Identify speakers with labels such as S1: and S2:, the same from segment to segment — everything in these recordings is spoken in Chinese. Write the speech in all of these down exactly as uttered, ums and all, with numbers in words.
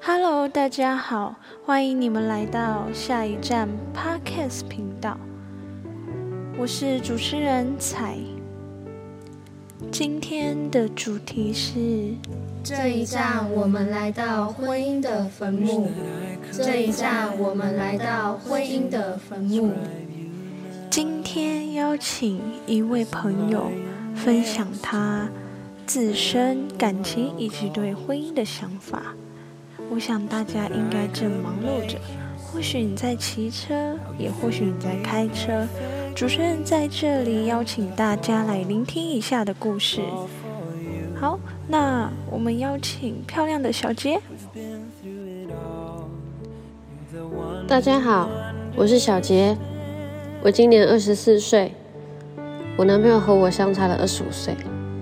S1: Hello， 大家好，欢迎你们来到下一站 Podcast 频道，我是主持人彩。今天的主题是
S2: 这一站我们来到婚姻的坟墓。这一站我们来到婚姻的坟墓。
S1: 今天邀请一位朋友分享他自身感情以及对婚姻的想法。我想大家应该正忙碌着，或许你在骑车，也或许你在开车。主持人在这里邀请大家来聆听以下的故事。好，那我们邀请漂亮的小杰。
S3: 大家好，我是小杰，我今年二十四岁，我男朋友和我相差了二十五岁。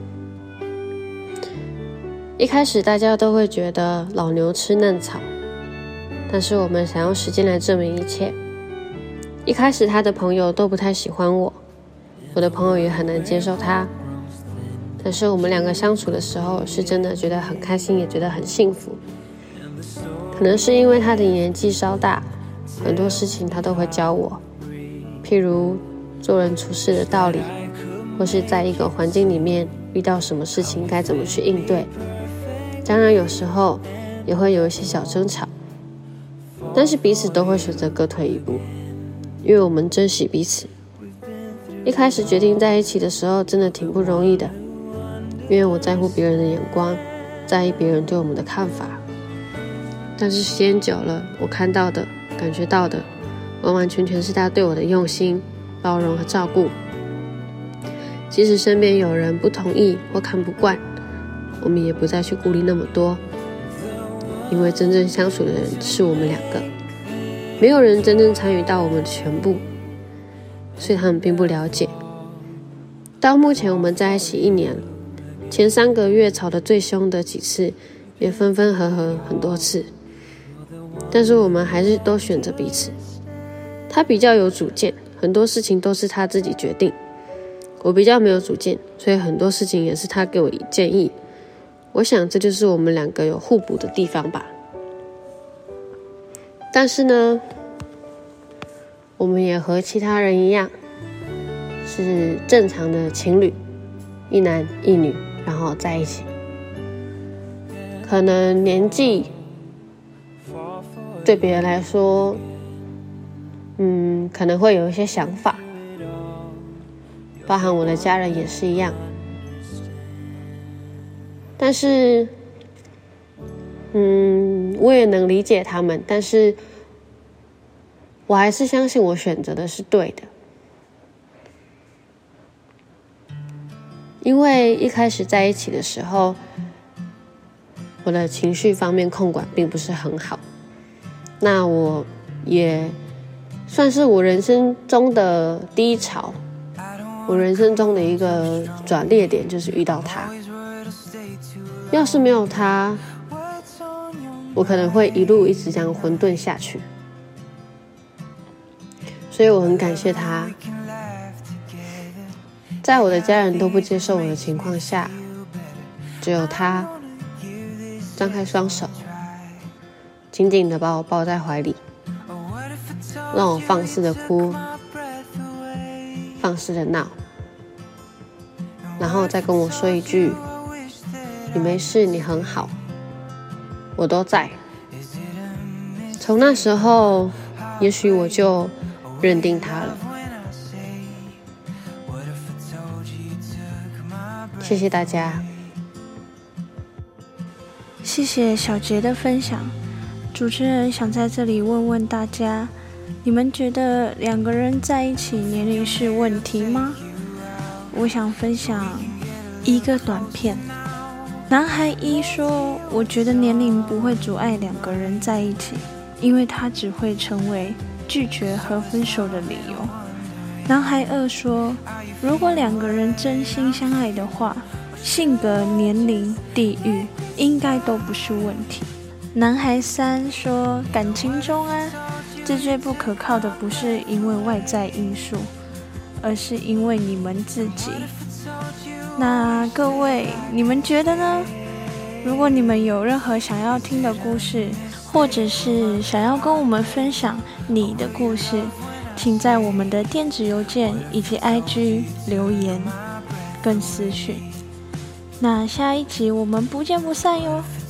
S3: 一开始大家都会觉得老牛吃嫩草，但是我们想用时间来证明一切。一开始他的朋友都不太喜欢我，我的朋友也很难接受他，但是我们两个相处的时候是真的觉得很开心，也觉得很幸福。可能是因为他的年纪稍大，很多事情他都会教我，譬如做人处事的道理，或是在一个环境里面遇到什么事情该怎么去应对。当然有时候也会有一些小争吵，但是彼此都会选择各退一步，因为我们珍惜彼此。一开始决定在一起的时候真的挺不容易的，因为我在乎别人的眼光，在意别人对我们的看法。但是时间久了，我看到的感觉到的完完全全是他对我的用心、包容和照顾。即使身边有人不同意或看不惯，我们也不再去顾虑那么多，因为真正相处的人是我们两个，没有人真正参与到我们的全部，所以他们并不了解。到目前我们在一起一年，前三个月吵得最凶的几次，也分分合合很多次，但是我们还是都选择彼此。他比较有主见，很多事情都是他自己决定，我比较没有主见，所以很多事情也是他给我建议。我想这就是我们两个有互补的地方吧。但是呢，我们也和其他人一样，是正常的情侣，一男一女，然后在一起。可能年纪对别人来说，嗯，可能会有一些想法，包含我的家人也是一样。但是，嗯，我也能理解他们，但是我还是相信我选择的是对的。因为一开始在一起的时候，我的情绪方面控管并不是很好，那我也算是我人生中的低潮，我人生中的一个转捩点就是遇到他。要是没有他，我可能会一路一直这样混沌下去。所以我很感谢他，在我的家人都不接受我的情况下，只有他张开双手，紧紧地把我抱在怀里，让我放肆的哭，放肆的闹，然后再跟我说一句：你没事，你很好，我都在。从那时候，也许我就认定他了。谢谢大家。
S1: 谢谢小杰的分享。主持人想在这里问问大家，你们觉得两个人在一起年龄是问题吗？我想分享一个短片。男孩一说，我觉得年龄不会阻碍两个人在一起，因为它只会成为拒绝和分手的理由。男孩二说，如果两个人真心相爱的话，性格、年龄、地域应该都不是问题。男孩三说，感情中啊，最最不可靠的不是因为外在因素，而是因为你们自己。那各位，你们觉得呢？如果你们有任何想要听的故事， 或者是想要跟我们分享你的故事，请在我们的电子邮件以及 I G 留言跟私讯。那下一集我们不见不散哟。